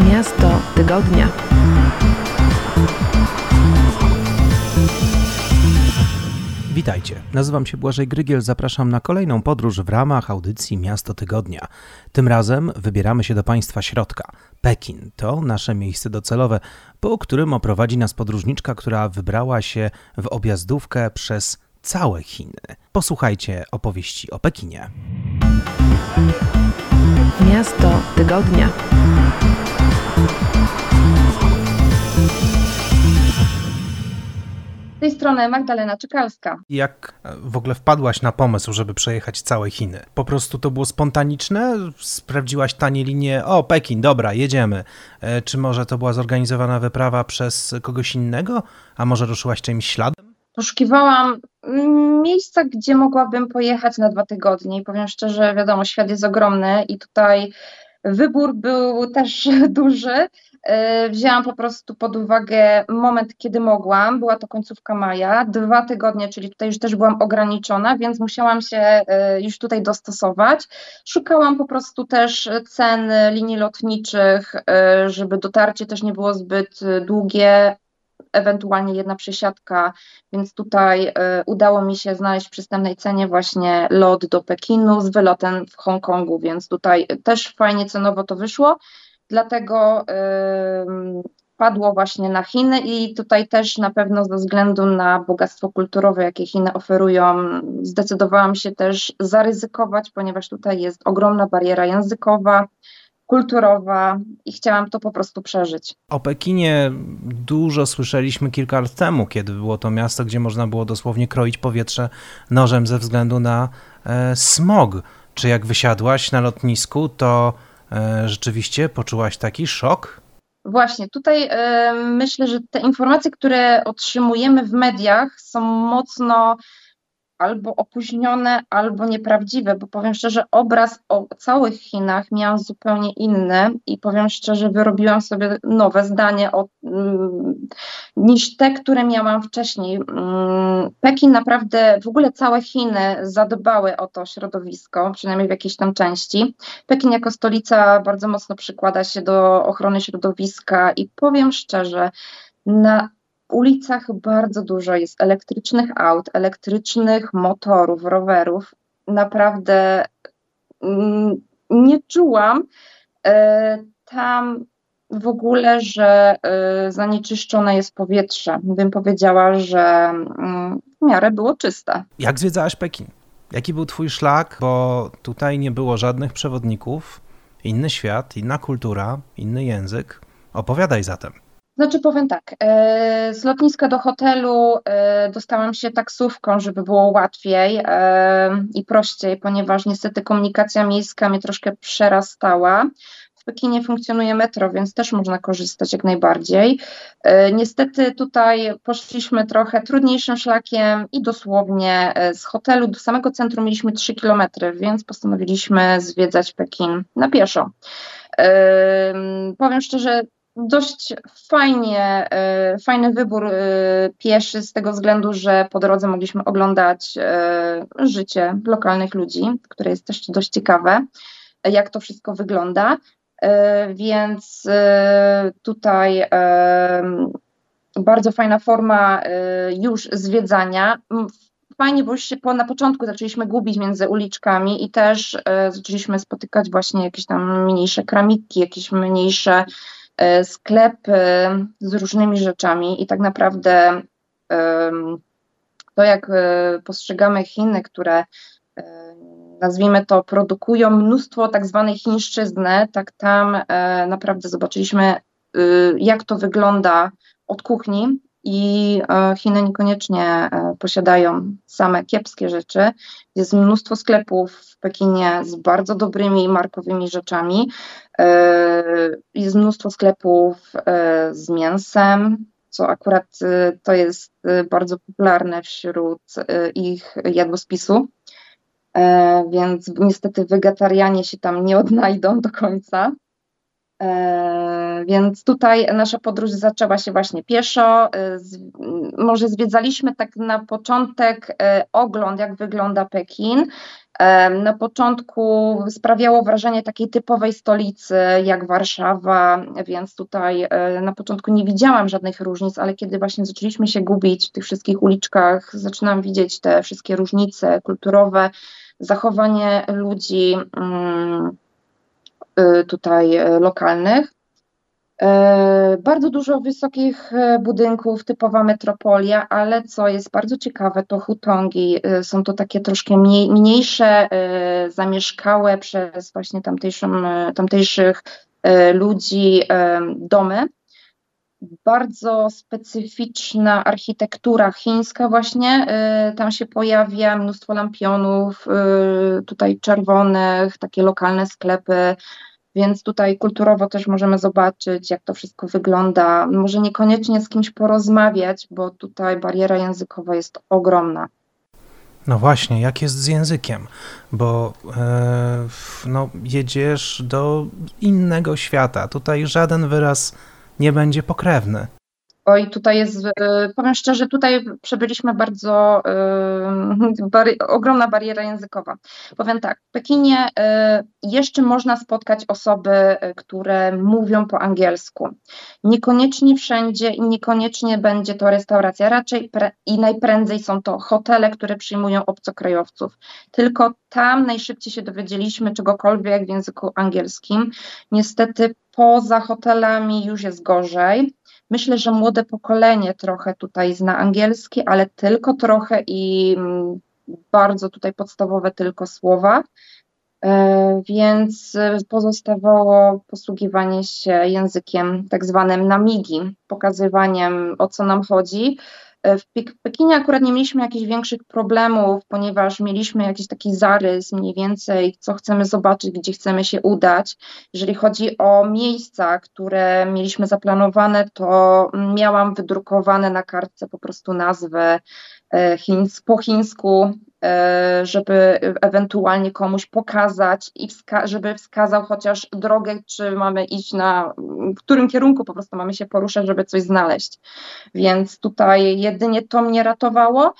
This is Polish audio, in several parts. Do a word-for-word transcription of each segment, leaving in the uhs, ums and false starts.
Miasto tygodnia. Witajcie, nazywam się Błażej Grygiel, zapraszam na kolejną podróż w ramach audycji Miasto Tygodnia. Tym razem wybieramy się do państwa środka. Pekin to nasze miejsce docelowe, po którym oprowadzi nas podróżniczka, która wybrała się w objazdówkę przez całe Chiny. Posłuchajcie opowieści o Pekinie. Miasto tygodnia. Z tej strony Magdalena Czekalska. Jak w ogóle wpadłaś na pomysł, żeby przejechać całe Chiny? Po prostu to było spontaniczne? Sprawdziłaś tanie linie, o Pekin, dobra, jedziemy. E, czy może to była zorganizowana wyprawa przez kogoś innego? A może ruszyłaś czymś śladem? Poszukiwałam miejsca, gdzie mogłabym pojechać na dwa tygodnie i powiem szczerze, wiadomo, świat jest ogromny i tutaj wybór był też duży. Wzięłam po prostu pod uwagę moment, kiedy mogłam, była to końcówka maja, dwa tygodnie, czyli tutaj już też byłam ograniczona, więc musiałam się już tutaj dostosować. Szukałam po prostu też cen linii lotniczych, żeby dotarcie też nie było zbyt długie, ewentualnie jedna przesiadka, więc tutaj y, udało mi się znaleźć w przystępnej cenie właśnie lot do Pekinu z wylotem w Hongkongu, więc tutaj też fajnie cenowo to wyszło, dlatego y, padło właśnie na Chiny i tutaj też na pewno ze względu na bogactwo kulturowe, jakie Chiny oferują, zdecydowałam się też zaryzykować, ponieważ tutaj jest ogromna bariera językowa, kulturowa i chciałam to po prostu przeżyć. O Pekinie dużo słyszeliśmy kilka lat temu, kiedy było to miasto, gdzie można było dosłownie kroić powietrze nożem ze względu na e, smog. Czy jak wysiadłaś na lotnisku, to e, rzeczywiście poczułaś taki szok? Właśnie, tutaj e, myślę, że te informacje, które otrzymujemy w mediach, są mocno albo opóźnione, albo nieprawdziwe, bo powiem szczerze, obraz o całych Chinach miałam zupełnie inny i powiem szczerze, wyrobiłam sobie nowe zdanie o, mm, niż te, które miałam wcześniej. Mm, Pekin naprawdę, w ogóle całe Chiny zadbały o to środowisko, przynajmniej w jakiejś tam części. Pekin jako stolica bardzo mocno przykłada się do ochrony środowiska i powiem szczerze, na ulicach bardzo dużo jest elektrycznych aut, elektrycznych motorów, rowerów. Naprawdę mm, nie czułam e, tam w ogóle, że e, zanieczyszczone jest powietrze. Bym powiedziała, że mm, w miarę było czyste. Jak zwiedzałaś Pekin? Jaki był twój szlak? Bo tutaj nie było żadnych przewodników. Inny świat, inna kultura, inny język. Opowiadaj zatem. Znaczy powiem tak, e, z lotniska do hotelu e, dostałam się taksówką, żeby było łatwiej e, i prościej, ponieważ niestety komunikacja miejska mnie troszkę przerastała. W Pekinie funkcjonuje metro, więc też można korzystać jak najbardziej. E, niestety tutaj poszliśmy trochę trudniejszym szlakiem i dosłownie e, z hotelu do samego centrum mieliśmy trzy kilometry, więc postanowiliśmy zwiedzać Pekin na pieszo. E, powiem szczerze, dość fajnie, fajny wybór pieszy z tego względu, że po drodze mogliśmy oglądać życie lokalnych ludzi, które jest też dość ciekawe, jak to wszystko wygląda, więc tutaj bardzo fajna forma już zwiedzania. Fajnie, bo już się po, na początku zaczęliśmy gubić między uliczkami i też zaczęliśmy spotykać właśnie jakieś tam mniejsze kramiki, jakieś mniejsze sklepy z różnymi rzeczami i tak naprawdę to, jak postrzegamy Chiny, które nazwijmy to produkują mnóstwo tak zwanej chińszczyzny, tak tam naprawdę zobaczyliśmy, jak to wygląda od kuchni i Chiny niekoniecznie posiadają same kiepskie rzeczy. Jest mnóstwo sklepów w Pekinie z bardzo dobrymi markowymi rzeczami. Jest mnóstwo sklepów z mięsem, co akurat to jest bardzo popularne wśród ich jadłospisu. Więc niestety wegetarianie się tam nie odnajdą do końca. Więc tutaj nasza podróż zaczęła się właśnie pieszo. Może zwiedzaliśmy tak na początek ogląd, jak wygląda Pekin, Na początku sprawiało wrażenie takiej typowej stolicy jak Warszawa, więc tutaj na początku nie widziałam żadnych różnic, ale kiedy właśnie zaczęliśmy się gubić w tych wszystkich uliczkach, zaczynam widzieć te wszystkie różnice kulturowe, zachowanie ludzi tutaj lokalnych. Bardzo dużo wysokich budynków, typowa metropolia, ale co jest bardzo ciekawe, to hutongi. Są to takie troszkę mniej, mniejsze, zamieszkałe przez właśnie tamtejszą, tamtejszych ludzi domy. Bardzo specyficzna architektura chińska właśnie, tam się pojawia mnóstwo lampionów, tutaj czerwonych, takie lokalne sklepy. Więc tutaj kulturowo też możemy zobaczyć, jak to wszystko wygląda. Może niekoniecznie z kimś porozmawiać, bo tutaj bariera językowa jest ogromna. No właśnie, jak jest z językiem? Bo e, no, jedziesz do innego świata. Tutaj żaden wyraz nie będzie pokrewny. Oj, tutaj jest, powiem szczerze, tutaj przebyliśmy bardzo y, bary, ogromna bariera językowa. Powiem tak, w Pekinie y, jeszcze można spotkać osoby, które mówią po angielsku. Niekoniecznie wszędzie i niekoniecznie będzie to restauracja, raczej pre, i najprędzej są to hotele, które przyjmują obcokrajowców. Tylko tam najszybciej się dowiedzieliśmy czegokolwiek w języku angielskim. Niestety poza hotelami już jest gorzej. Myślę, że młode pokolenie trochę tutaj zna angielski, ale tylko trochę i bardzo tutaj podstawowe tylko słowa, więc pozostawało posługiwanie się językiem tak zwanym namigi, pokazywaniem, o co nam chodzi. W Pekinie akurat nie mieliśmy jakichś większych problemów, ponieważ mieliśmy jakiś taki zarys mniej więcej, co chcemy zobaczyć, gdzie chcemy się udać. Jeżeli chodzi o miejsca, które mieliśmy zaplanowane, to miałam wydrukowane na kartce po prostu nazwę chińs, po chińsku, żeby ewentualnie komuś pokazać i wska- żeby wskazał chociaż drogę, czy mamy iść na, w którym kierunku po prostu mamy się poruszać, żeby coś znaleźć. Więc tutaj jedynie to mnie ratowało.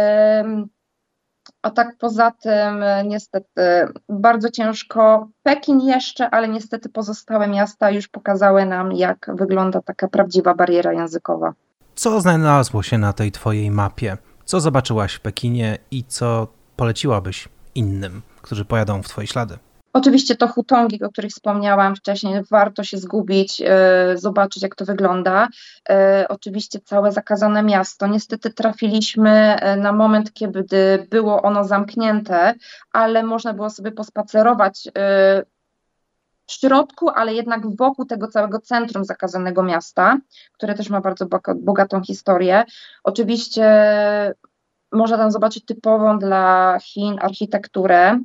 A tak poza tym niestety bardzo ciężko. Pekin jeszcze, ale niestety pozostałe miasta już pokazały nam, jak wygląda taka prawdziwa bariera językowa. Co znalazło się na tej twojej mapie? Co zobaczyłaś w Pekinie i co poleciłabyś innym, którzy pojadą w twoje ślady? Oczywiście to hutongi, o których wspomniałam wcześniej, warto się zgubić, yy, zobaczyć, jak to wygląda. Yy, oczywiście całe zakazane miasto. Niestety trafiliśmy na moment, kiedy było ono zamknięte, ale można było sobie pospacerować yy, w środku, ale jednak wokół tego całego centrum zakazanego miasta, które też ma bardzo bogatą historię. Oczywiście można tam zobaczyć typową dla Chin architekturę.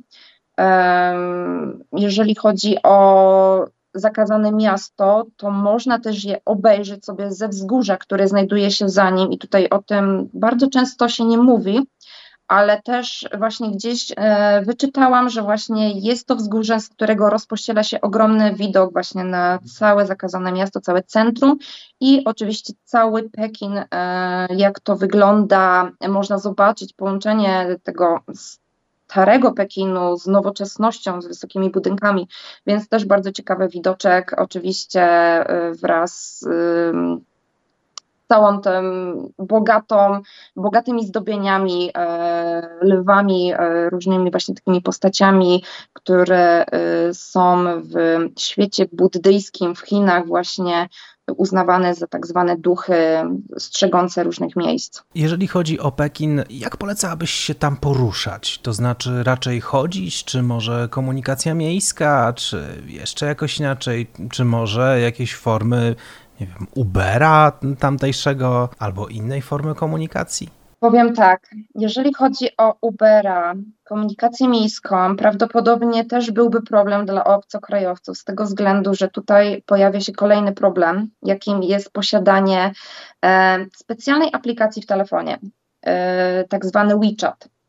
Jeżeli chodzi o zakazane miasto, to można też je obejrzeć sobie ze wzgórza, które znajduje się za nim i tutaj o tym bardzo często się nie mówi, ale też właśnie gdzieś wyczytałam, że właśnie jest to wzgórze, z którego rozpościela się ogromny widok właśnie na całe zakazane miasto, całe centrum i oczywiście cały Pekin, jak to wygląda, można zobaczyć połączenie tego starego Pekinu z nowoczesnością, z wysokimi budynkami, więc też bardzo ciekawy widoczek, oczywiście wraz z całą tą bogatą, bogatymi zdobieniami, e, lwami, e, różnymi właśnie takimi postaciami, które e, są w świecie buddyjskim w Chinach właśnie uznawane za tak zwane duchy strzegące różnych miejsc. Jeżeli chodzi o Pekin, jak polecałabyś się tam poruszać? To znaczy raczej chodzić, czy może komunikacja miejska, czy jeszcze jakoś inaczej, czy może jakieś formy, nie wiem, Ubera tamtejszego albo innej formy komunikacji? Powiem tak, jeżeli chodzi o Ubera, komunikację miejską, prawdopodobnie też byłby problem dla obcokrajowców z tego względu, że tutaj pojawia się kolejny problem, jakim jest posiadanie e, specjalnej aplikacji w telefonie, e, tak zwany WeChat.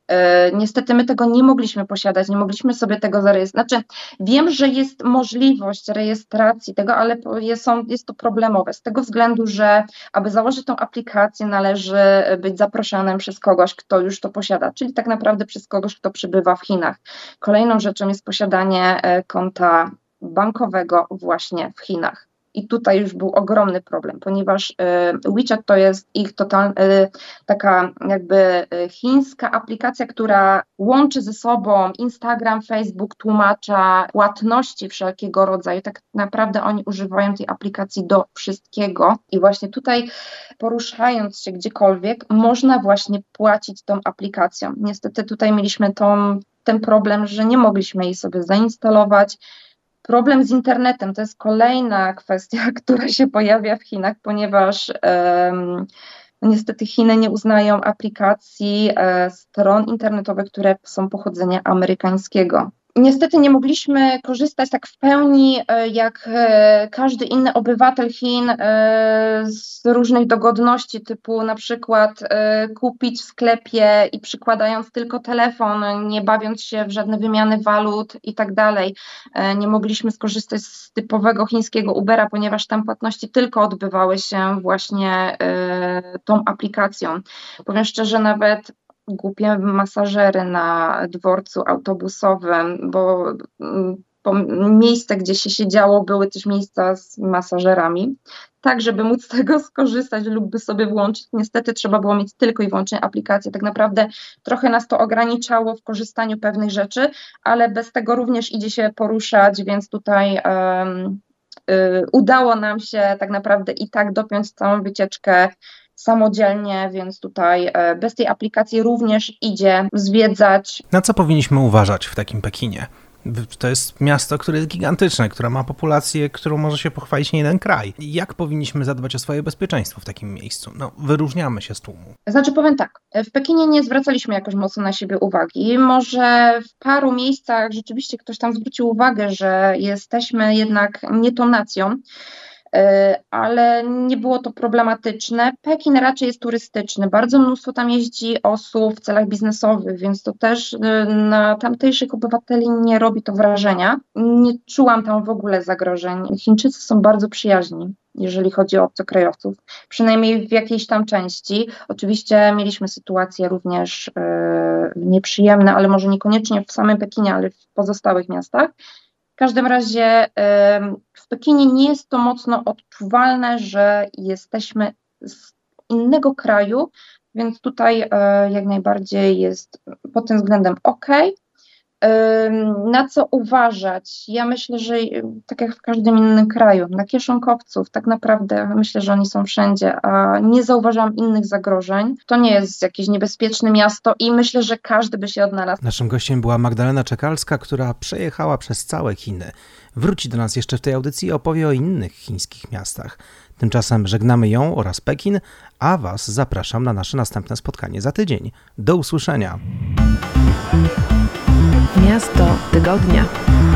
Niestety my tego nie mogliśmy posiadać, nie mogliśmy sobie tego zarejestrować. Znaczy, wiem, że jest możliwość rejestracji tego, ale jest, jest to problemowe z tego względu, że aby założyć tą aplikację, należy być zaproszonym przez kogoś, kto już to posiada, czyli tak naprawdę przez kogoś, kto przybywa w Chinach. Kolejną rzeczą jest posiadanie konta bankowego właśnie w Chinach. I tutaj już był ogromny problem, ponieważ y, WeChat to jest ich total, y, taka jakby y, chińska aplikacja, która łączy ze sobą Instagram, Facebook, tłumacza, płatności wszelkiego rodzaju. Tak naprawdę oni używają tej aplikacji do wszystkiego i właśnie tutaj poruszając się gdziekolwiek, można właśnie płacić tą aplikacją. Niestety tutaj mieliśmy tą, ten problem, że nie mogliśmy jej sobie zainstalować. Problem z internetem to jest kolejna kwestia, która się pojawia w Chinach, ponieważ um, niestety Chiny nie uznają aplikacji e, stron internetowych, które są pochodzenia amerykańskiego. Niestety nie mogliśmy korzystać tak w pełni jak każdy inny obywatel Chin z różnych dogodności, typu na przykład kupić w sklepie i przykładając tylko telefon, nie bawiąc się w żadne wymiany walut i tak dalej. Nie mogliśmy skorzystać z typowego chińskiego Ubera, ponieważ tam płatności tylko odbywały się właśnie tą aplikacją. Powiem szczerze, nawet głupie masażery na dworcu autobusowym, bo, bo miejsca, gdzie się siedziało, były też miejsca z masażerami, tak żeby móc z tego skorzystać lub by sobie włączyć. Niestety trzeba było mieć tylko i wyłącznie aplikację. Tak naprawdę trochę nas to ograniczało w korzystaniu pewnych rzeczy, ale bez tego również idzie się poruszać, więc tutaj um, y, udało nam się tak naprawdę i tak dopiąć całą wycieczkę samodzielnie, więc tutaj bez tej aplikacji również idzie zwiedzać. Na co powinniśmy uważać w takim Pekinie? To jest miasto, które jest gigantyczne, które ma populację, którą może się pochwalić nie jeden kraj. Jak powinniśmy zadbać o swoje bezpieczeństwo w takim miejscu? No, wyróżniamy się z tłumu. Znaczy powiem tak, w Pekinie nie zwracaliśmy jakoś mocno na siebie uwagi. Może w paru miejscach rzeczywiście ktoś tam zwrócił uwagę, że jesteśmy jednak nie tą nacją, ale nie było to problematyczne. Pekin raczej jest turystyczny, bardzo mnóstwo tam jeździ osób w celach biznesowych, więc to też na tamtejszych obywateli nie robi to wrażenia. Nie czułam tam w ogóle zagrożeń. Chińczycy są bardzo przyjaźni, jeżeli chodzi o obcokrajowców, przynajmniej w jakiejś tam części. Oczywiście mieliśmy sytuacje również yy, nieprzyjemne, ale może niekoniecznie w samym Pekinie, ale w pozostałych miastach. W każdym razie w Pekinie nie jest to mocno odczuwalne, że jesteśmy z innego kraju, więc tutaj jak najbardziej jest pod tym względem ok. Na co uważać? Ja myślę, że tak jak w każdym innym kraju, na kieszonkowców tak naprawdę myślę, że oni są wszędzie, a nie zauważam innych zagrożeń. To nie jest jakieś niebezpieczne miasto i myślę, że każdy by się odnalazł. Naszym gościem była Magdalena Czekalska, która przejechała przez całe Chiny. Wróci do nas jeszcze w tej audycji i opowie o innych chińskich miastach. Tymczasem żegnamy ją oraz Pekin, a Was zapraszam na nasze następne spotkanie za tydzień. Do usłyszenia. Miasto Tygodnia.